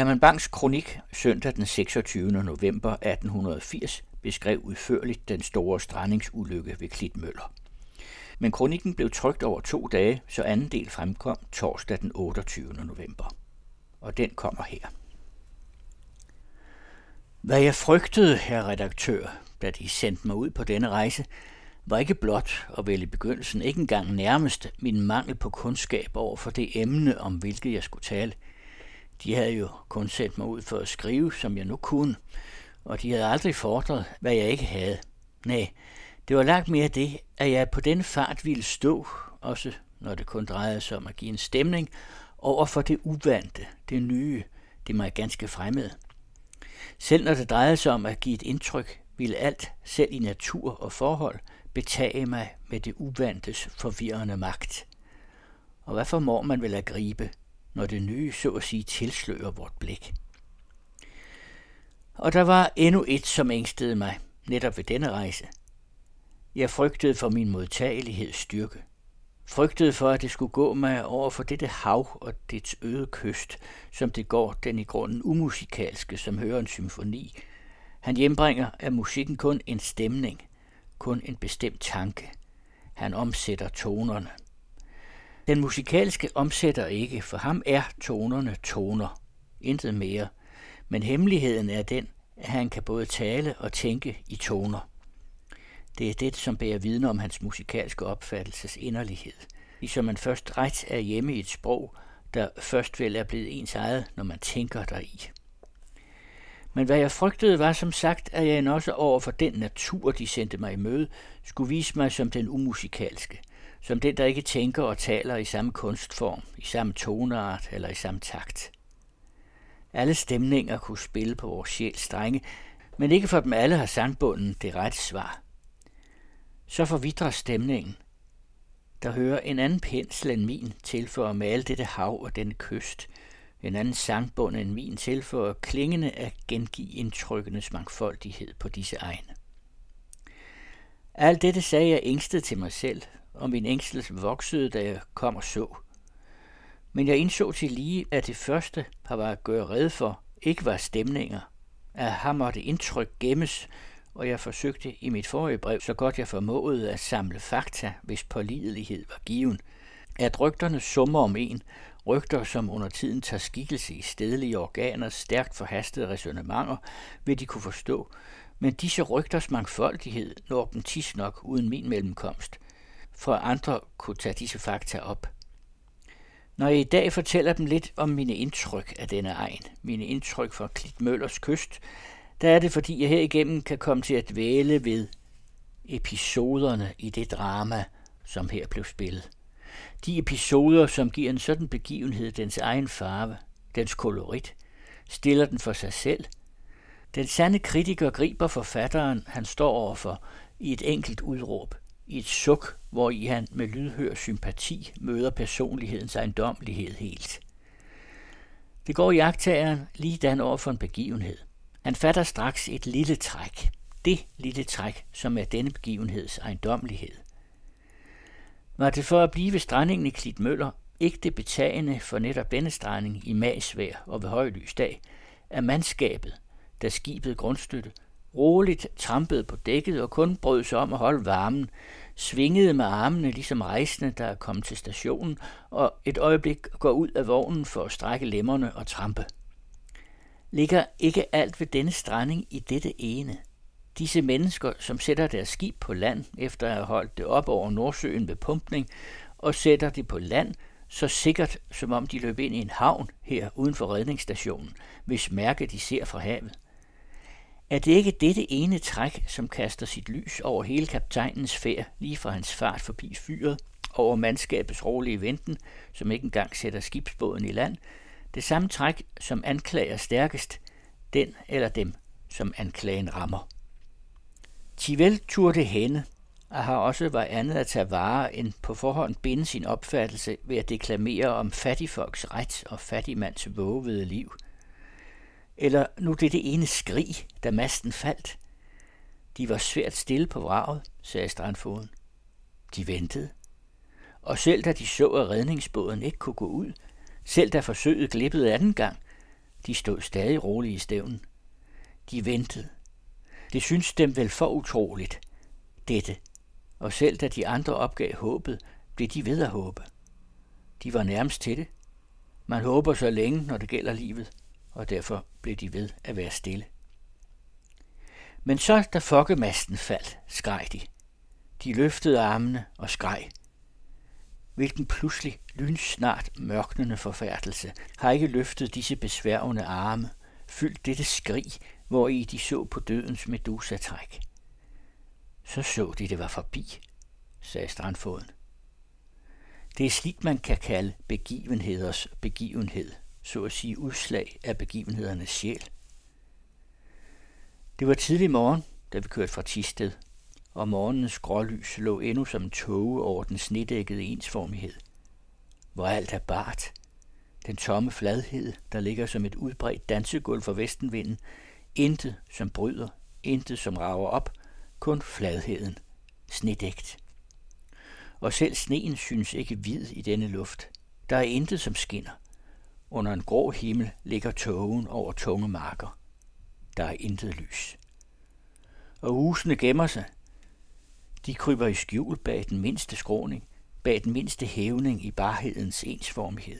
Herman Bangs kronik søndag den 26. november 1880 beskrev udførligt den store strandingsulykke ved Klitmøller. Men kronikken blev trykt over 2 dage, så anden del fremkom torsdag den 28. november. Og den kommer her. Hvad jeg frygtede, herr redaktør, da de sendte mig ud på denne rejse, var ikke blot, og vel i begyndelsen ikke engang nærmest, min mangel på kundskab over for det emne, om hvilket jeg skulle tale. De havde jo kun sendt mig ud for at skrive, som jeg nu kunne, og de havde aldrig fordret, hvad jeg ikke havde. Nej, det var langt mere det, at jeg på denne fart ville stå, også når det kun drejede sig om at give en stemning, over for det uvante, det nye, det mig ganske fremmede. Selv når det drejede sig om at give et indtryk, ville alt, selv i natur og forhold, betage mig med det uvantes forvirrende magt. Og hvad formår man vel at gribe, når det nye så at sige tilslører vort blik? Og der var endnu et, som ængstede mig, netop ved denne rejse. Jeg frygtede for min modtageligheds styrke. Frygtede for, at det skulle gå mig over for dette hav og dets øde kyst, som det går den i grunden umusikalske, som hører en symfoni. Han hjembringer af musikken kun en stemning, kun en bestemt tanke. Han omsætter tonerne. Den musikalske omsætter ikke, for ham er tonerne toner. Intet mere. Men hemmeligheden er den, at han kan både tale og tænke i toner. Det er det, som bærer viden om hans musikalske opfattelses inderlighed. Ligesom man først ret er hjemme i et sprog, der først vel er blevet ens eget, når man tænker deri. Men hvad jeg frygtede var som sagt, at jeg også over for den natur, de sendte mig i møde, skulle vise mig som den umusikalske, som den, der ikke tænker og taler i samme kunstform, i samme toneart eller i samme takt. Alle stemninger kunne spille på vores sjæls strenge, men ikke for dem alle har sangbunden det rette svar. Så forvitrer stemningen. Der hører en anden pensel end min til for at male dette hav og denne kyst. En anden sangbund end min til for klingende at gengive indtrykkenes mangfoldighed på disse egne. Alt dette sagde jeg ængstet til mig selv, og min ængstelse voksede, da jeg kom og så. Men jeg indså til lige, at det første, der var at gøre rede for, ikke var stemninger. At her måtte indtryk gemmes, og jeg forsøgte i mit forrige brev, så godt jeg formåede at samle fakta, hvis pålidelighed var given. At rygterne summer om en, rygter som under tiden tager skikkelse i stedlige organers stærkt forhastede ræsonnementer, vil de kunne forstå, men disse rygters mangfoldighed når dem tidsnok uden min mellemkomst, for andre kunne tage disse fakta op. Når jeg i dag fortæller dem lidt om mine indtryk af denne egen, mine indtryk fra Klitmøllers kyst, der er det, fordi jeg herigennem kan komme til at dvæle ved episoderne i det drama, som her blev spillet. De episoder, som giver en sådan begivenhed dens egen farve, dens kolorit, stiller den for sig selv. Den sande kritiker griber forfatteren, han står overfor, i et enkelt udråb, i et suk, hvori han med lydhør sympati møder personlighedens ejendommelighed helt. Det går iagttageren ligedan over for en begivenhed. Han fatter straks et lille træk, det lille træk, som er denne begivenheds ejendommelighed. Var det for at blive ved strandingen i Klitmøller ikke det betagende for netop denne stranding i magsvejr og ved højlys dag, at mandskabet, da skibet grundstøtte, roligt trampede på dækket og kun brød sig om at holde varmen, svingede med armene ligesom rejsende, der er kommet til stationen, og et øjeblik går ud af vognen for at strække lemmerne og trampe. Ligger ikke alt ved denne stranding i dette ene? Disse mennesker, som sætter deres skib på land, efter at have holdt det op over Nordsøen ved pumpning, og sætter det på land, så sikkert som om de løb ind i en havn her uden for redningsstationen, hvis mærke de ser fra havet. Er det ikke dette ene træk, som kaster sit lys over hele kaptajnens færd, lige fra hans fart forbi fyret, over mandskabets rolige venten, som ikke engang sætter skibsbåden i land, det samme træk, som anklager stærkest, den eller dem, som anklagen rammer. Tivel turde hænde, og har også var andet at tage vare end på forhånd binde sin opfattelse ved at deklamere om fattigfolks ret og fattigmands vågede liv. Eller nu det ene skrig, da masten faldt. De var svært stille på vraget, sagde strandfogeden. De ventede. Og selv da de så, at redningsbåden ikke kunne gå ud, selv da forsøget glippede anden gang, De stod stadig roligt i stævnen. De ventede. Det syntes dem vel for utroligt, dette, og selv da de andre opgav håbet, blev de ved at håbe. De var nærmest til det. Man håber så længe, når det gælder livet, og derfor blev de ved at være stille. Men så, da fokkemasten faldt, skreg de. De løftede armene og skreg. Hvilken pludselig, lynsnart mørknende forfærdelse har ikke løftet disse besværgende arme, fyldt dette skrig, hvori de så på dødens medusatræk. Så de, det var forbi, sagde strandfoden. Det er slik, man kan kalde begivenheders begivenhed, så at sige udslag af begivenhedernes sjæl. Det var tidlig morgen, da vi kørte fra Thisted, og morgenens grålys lå endnu som en tåge over den snedækkede ensformighed. Hvor alt er bart. Den tomme fladhed, der ligger som et udbredt dansegulv for vestenvinden. Intet som bryder, intet som rager op, kun fladheden, snedægt. Og selv sneen synes ikke hvid i denne luft. Der er intet som skinner. Under en grå himmel ligger tågen over tunge marker. Der er intet lys. Og husene gemmer sig. De kryber i skjul bag den mindste skråning, bag den mindste hævning i barhedens ensformighed.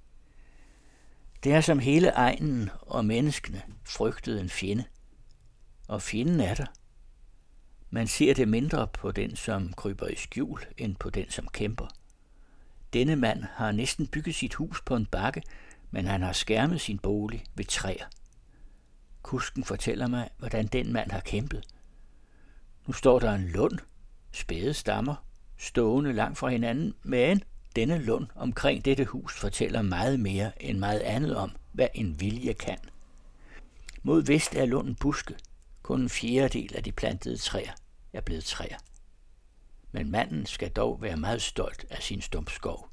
Det er som hele egnen og menneskene frygtede en fjende. Og fjenden er der. Man ser det mindre på den, som kryber i skjul, end på den, som kæmper. Denne mand har næsten bygget sit hus på en bakke, men han har skærmet sin bolig ved træer. Kusken fortæller mig, hvordan den mand har kæmpet. Nu står der en lund, spæde stammer, stående langt fra hinanden, men denne lund omkring dette hus fortæller meget mere end meget andet om, hvad en vilje kan. Mod vest er lunden buske. Kun en fjerdedel af de plantede træer er blevet træer. Men manden skal dog være meget stolt af sin stumpskov.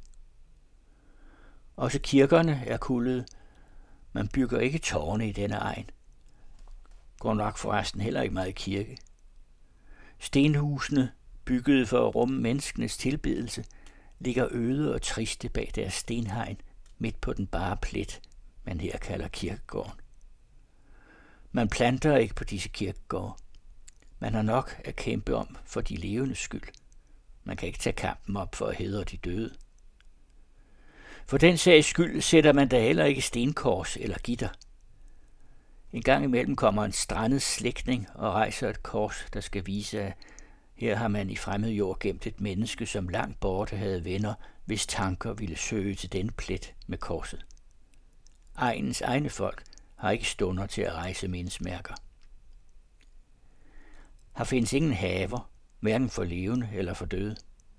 Også kirkerne er kullede. Man bygger ikke tårne i denne egn. Går nok forresten heller ikke meget kirke. Stenhusene, byggede for at rumme menneskenes tilbedelse, ligger øde og triste bag deres stenhegn midt på den bare plet, man her kalder kirkegården. Man planter ikke på disse kirkegårde. Man har nok at kæmpe om for de levendes skyld. Man kan ikke tage kampen op for at hædre de døde. For den sags skyld sætter man da heller ikke stenkors eller gitter. En gang imellem kommer en strandet slægtning og rejser et kors, der skal vise, at her har man i fremmed jord gemt et menneske, som langt borte havde venner, hvis tanker ville søge til den plet med korset. Egnens egne folk har ikke stunder til at rejse mindesmærker. Her findes ingen haver, hverken for levende eller for døde.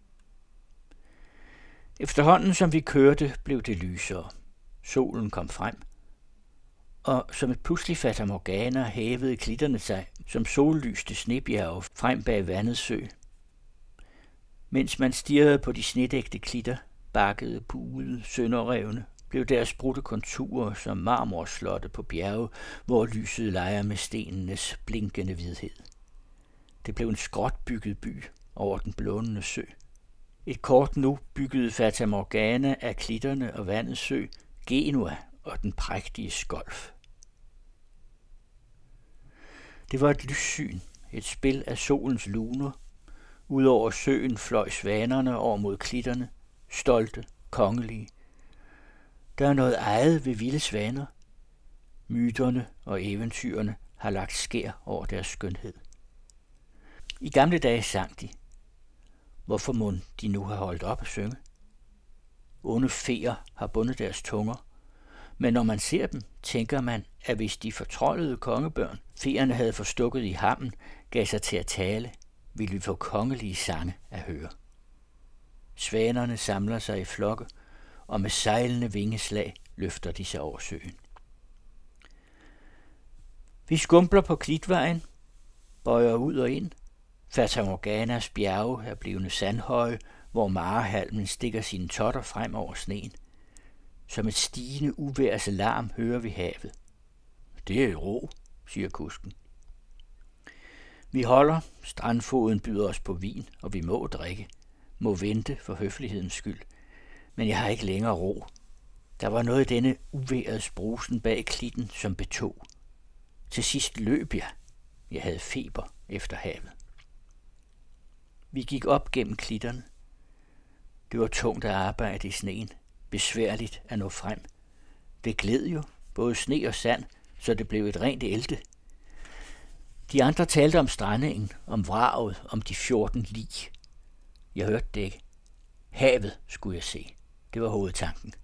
Efterhånden som vi kørte, blev det lysere. Solen kom frem, og som et pludselig fatamorgana hævede klitterne sig, som sollyste snebjerge frem bag vandets sø. Mens man stirrede på de snedægte klitter, bakkede, buede, sønderrevne, blev deres brudte konturer som marmorslotte på bjerge, hvor lyset leger med stenenes blinkende hvidhed. Det blev en skråt bygget by over den blånende sø. Et kort nu byggede fatamorgana af klitterne og vandets sø, Genua og den prægtige Skolf. Det var et lyssyn, et spil af solens luner. Udover søen fløj svanerne over mod klitterne, stolte, kongelige. Der er noget ejet ved vilde svaner. Myterne og eventyrene har lagt skær over deres skønhed. I gamle dage sang de. Hvorfor mon de nu har holdt op at synge? Onde feer har bundet deres tunger, men når man ser dem, tænker man, at hvis de fortrollede kongebørn, feerne havde forstukket i hammen, gav sig til at tale, ville vi få kongelige sange at høre. Svanerne samler sig i flokke, og med sejlende vingeslag løfter de sig over søen. Vi skumpler på klitvejen, bøjer ud og ind. Fatamorganas bjerge er blivende sandhøje, hvor marehalmen stikker sine totter frem over sneen. Som et stigende uværs larm hører vi havet. Det er i ro, siger kusken. Vi holder, strandfoden byder os på vin, og vi må drikke. Må vente for høflighedens skyld. Men jeg har ikke længere ro. Der var noget i denne uvejrets brusen bag klitten, som betog. Til sidst løb jeg. Jeg havde feber efter havet. Vi gik op gennem klitterne. Det var tungt at arbejde i sneen, besværligt at nå frem. Det gled jo, både sne og sand, så det blev et rent elte. De andre talte om strandingen, om vraget, om de 14 lig. Jeg hørte det ikke. Havet skulle jeg se. Det var hovedtanken.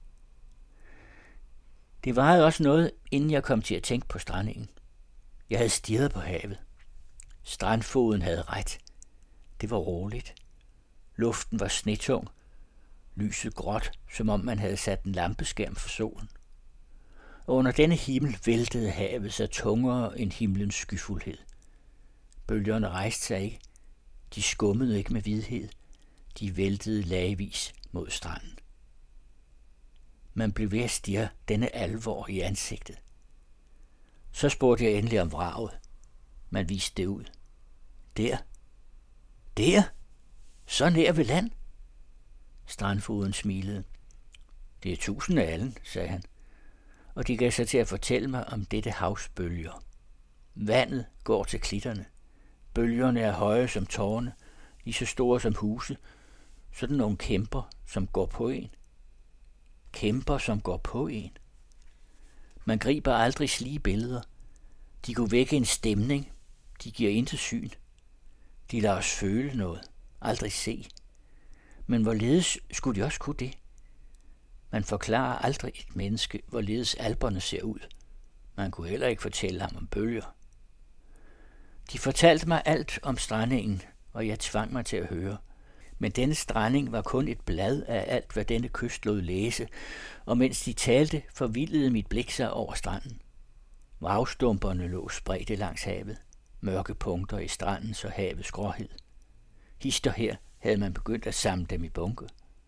Det varede også noget, inden jeg kom til at tænke på strandingen. Jeg havde stirret på havet. Strandfoden havde ret. Det var roligt. Luften var snetung. Lyset gråt, som om man havde sat en lampeskærm for solen. Og under denne himmel væltede havet sig tungere end himlens skyfuldhed. Bølgerne rejste sig ikke. De skummede ikke med hvidhed. De væltede lagvis mod stranden. Man blev ved at stirre denne alvor i ansigtet. Så spurgte jeg endelig om vraget. Man viste det ud. Der? Så nær ved land? Strandfoden smilede. Det er 1000 alen, sagde han, og de gav sig til at fortælle mig om dette havs bølger. Vandet går til klitterne. Bølgerne er høje som tårne, lige så store som huse, sådan nogle kæmper, som går på en. Kæmper, som går på en. Man griber aldrig slige billeder. De kunne vække en stemning. De giver intet syn. De lader os føle noget. Aldrig se. Men hvorledes skulle de også kunne det? Man forklarer aldrig et menneske, hvorledes Alperne ser ud. Man kunne heller ikke fortælle ham om bølger. De fortalte mig alt om strandingen, og jeg tvang mig til at høre. Men denne stranding var kun et blad af alt, hvad denne kyst lod læse, og mens de talte, forvildede mit blik sig over stranden. Vragstumperne lå spredte langs havet, mørke punkter i strandens og havets gråhed. Hister her havde man begyndt at samle dem i bunke.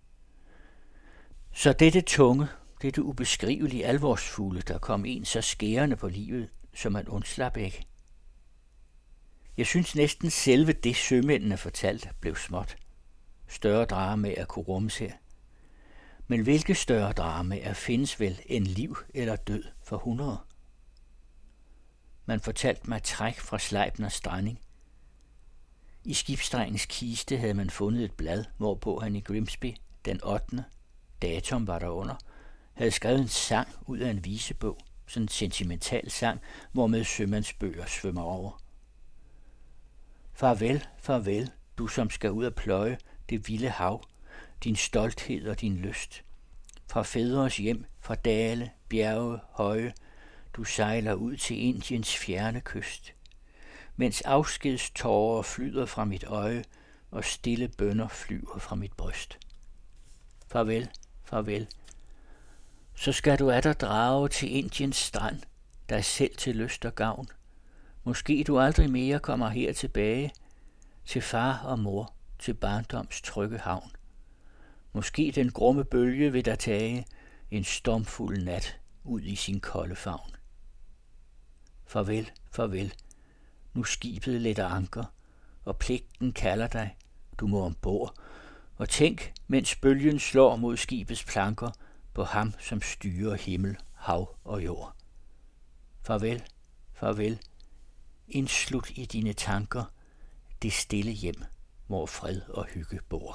Så dette tunge, dette ubeskrivelige alvorsfulde, der kom en så skærende på livet, som man undslap ikke. Jeg synes næsten selve det sømændene fortalte blev småt. Større dramaer kunne rummes her. Men hvilke større dramaer findes vel end liv eller død for 100? Man fortalte mig træk fra Sleipners stranding. I skibsdrengens kiste havde man fundet et blad, hvorpå han i Grimsby, den 8. datum var der under, havde skrevet en sang ud af en visebog, sådan en sentimental sang, hvormed sømandsbøger svømmer over. Farvel, farvel, du som skal ud og pløje det vilde hav, din stolthed og din lyst. Fra fædres hjem, fra dale, bjerge, høje, du sejler ud til Indiens fjerne kyst. Mens afskedstårer flyder fra mit øje, og stille bønner flyver fra mit bryst. Farvel, farvel. Så skal du atter drage til Indiens strand, dig selv til lyst og gavn. Måske du aldrig mere kommer her tilbage, til far og mor, til barndoms trygge havn. Måske den grumme bølge vil der tage en stormfuld nat ud i sin kolde favn. Farvel, farvel. Nu skibet letter anker, og pligten kalder dig. Du må ombord, og tænk, mens bølgen slår mod skibets planker, på ham, som styrer himmel, hav og jord. Farvel, farvel. Indslut i dine tanker det stille hjem, hvor fred og hygge bor.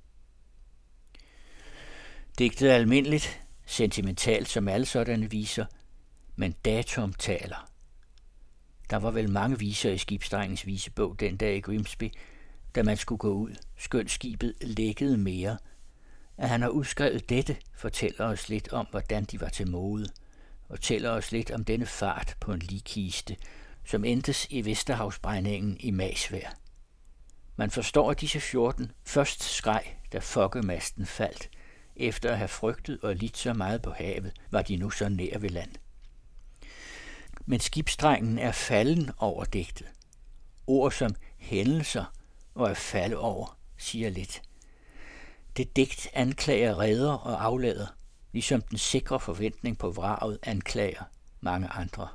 Digtet er almindeligt, sentimentalt som alle sådanne viser, men datum taler. Der var vel mange viser i skibsdrengens visebog den dag i Grimsby, da man skulle gå ud, skønt skibet lækkede mere. At han har udskrevet dette, fortæller os lidt om, hvordan de var til mode, og tæller os lidt om denne fart på en ligkiste, som endtes i Vesterhavsbrændingen i Magsvær. Man forstår, at disse 14 først skreg, da fokkemasten faldt. Efter at have frygtet og lidt så meget på havet, var de nu så nær ved land. Men skibsdrengen er falden over digtet. Ord som hændelser og at falde over siger lidt. Det digt anklager reder og aflader, ligesom den sikre forventning på vraget anklager mange andre.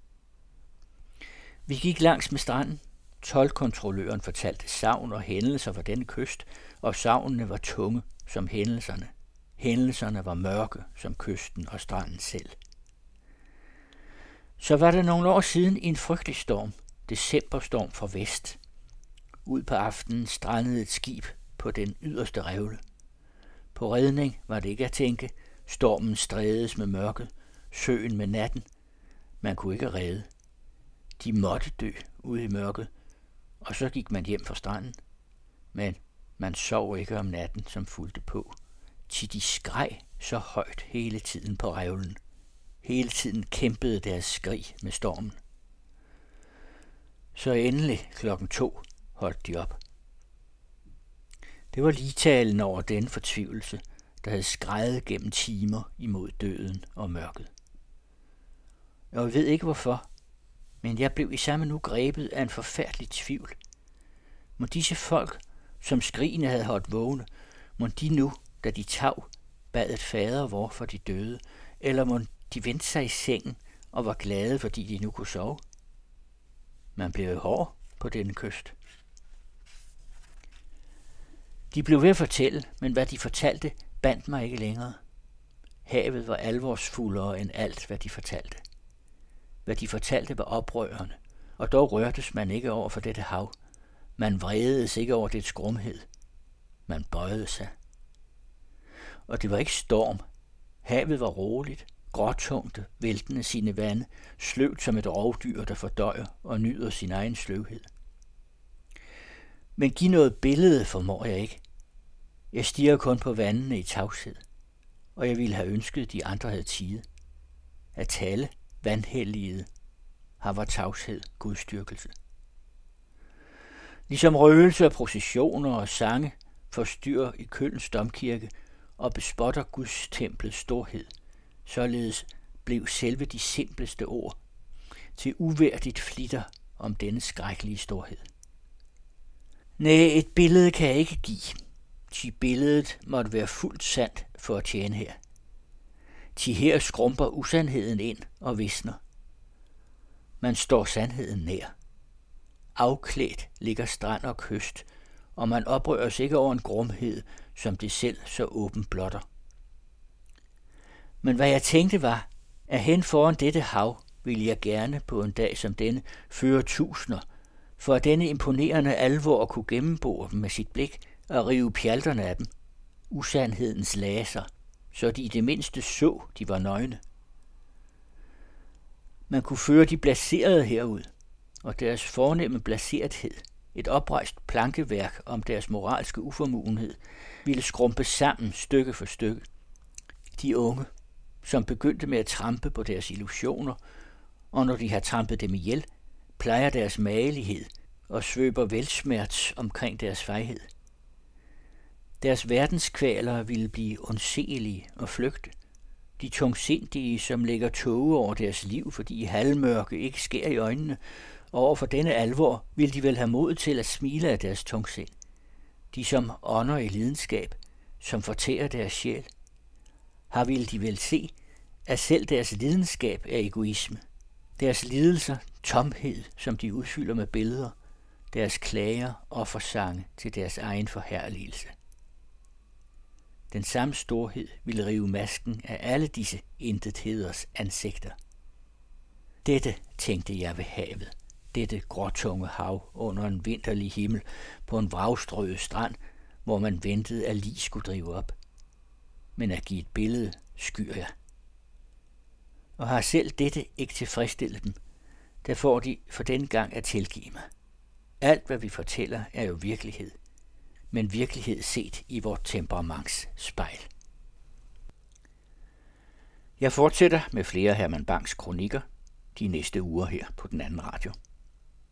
Vi gik langs med stranden. Toldkontrolløren fortalte sagn og hændelser fra denne kyst, og sagnene var tunge som hændelserne. Hændelserne var mørke som kysten og stranden selv. Så var der nogle år siden en frygtelig storm, decemberstorm fra vest. Ud på aftenen strandede et skib på den yderste revle. På redning var det ikke at tænke. Stormen strædes med mørket, søen med natten. Man kunne ikke redde. De måtte dø ude i mørket, og så gik man hjem fra stranden. Men man sov ikke om natten, som fulgte på. Til de skreg så højt hele tiden på revlen. Hele tiden kæmpede deres skrig med stormen. Så endelig 2:00 holdt de op. Det var ligtalen over den fortvivlelse, der havde skreget gennem timer imod døden og mørket. Jeg ved ikke hvorfor, men jeg blev i samme nu grebet af en forfærdelig tvivl. Må disse folk, som skrigene havde holdt vågne, må de nu, da de tav, bad et fadervor for de døde, eller må de vendte sig i sengen og var glade, fordi de nu kunne sove? Man blev hård på denne kyst. De blev ved at fortælle, men hvad de fortalte, bandt mig ikke længere. Havet var alvorsfuldere end alt, hvad de fortalte. Hvad de fortalte var oprørende, og dog rørtes man ikke over for dette hav. Man vrededes ikke over dets grumhed. Man bøjede sig. Og det var ikke storm. Havet var roligt, gråtungte, væltende sine vande, sløvt som et rovdyr, der fordøjer og nyder sin egen sløvhed. Men giv noget billede formår jeg ikke. Jeg stirrer kun på vandene i tavshed, og jeg ville have ønsket, de andre havde tide. At tale vandhelligede har var tavshed gudstyrkelse. Ligesom røgelse og processioner og sange forstyrrer i Kølns domkirke og bespotter Guds templets storhed, således blev selve de simpleste ord til uværdigt flitter om denne skrækkelige storhed. Næh, et billede kan jeg ikke give. Til billedet måtte være fuldt sandt for at tjene her. Til her skrumper usandheden ind og visner. Man står sandheden nær. Afklædt ligger strand og kyst, og man oprøres ikke over en grumhed, som det selv så åbent blotter. Men hvad jeg tænkte var, at hen foran dette hav ville jeg gerne på en dag som denne føre tusinder, for at denne imponerende alvor kunne gennembore dem med sit blik og rive pjalterne af dem, usandhedens laser, så de i det mindste så, de var nøgne. Man kunne føre de blaserede herud, og deres fornemme blaserethed, et oprejst plankeværk om deres moralske uformuenhed, ville skrumpe sammen stykke for stykke. De unge, som begyndte med at trampe på deres illusioner, og når de har trampet dem ihjel, plejer deres magelighed og svøber velsmerts omkring deres fejhed. Deres verdenskvaler ville blive ondselige og flygte. De tungsindige, som lægger tåge over deres liv, fordi halvmørke ikke sker i øjnene, og over for denne alvor ville de vel have mod til at smile af deres tungsind. De som ånder i lidenskab, som fortærer deres sjæl, har ville de vel se, at selv deres lidenskab er egoisme. Deres lidelser, tomhed, som de udfylder med billeder, deres klager og forsange til deres egen forherligelse. Den samme storhed ville rive masken af alle disse intetheders ansigter. Dette tænkte jeg ved havet, dette gråtunge hav under en vinterlig himmel på en vragstrøget strand, hvor man ventede, at lig skulle drive op. Men at give et billede skyer jeg. Og har selv dette ikke tilfredsstillet dem, der får de for den gang at tilgive mig. Alt, hvad vi fortæller, er jo virkelighed, men virkelighed set i vort temperaments spejl. Jeg fortsætter med flere Herman Bangs kronikker de næste uger her på Den Anden Radio.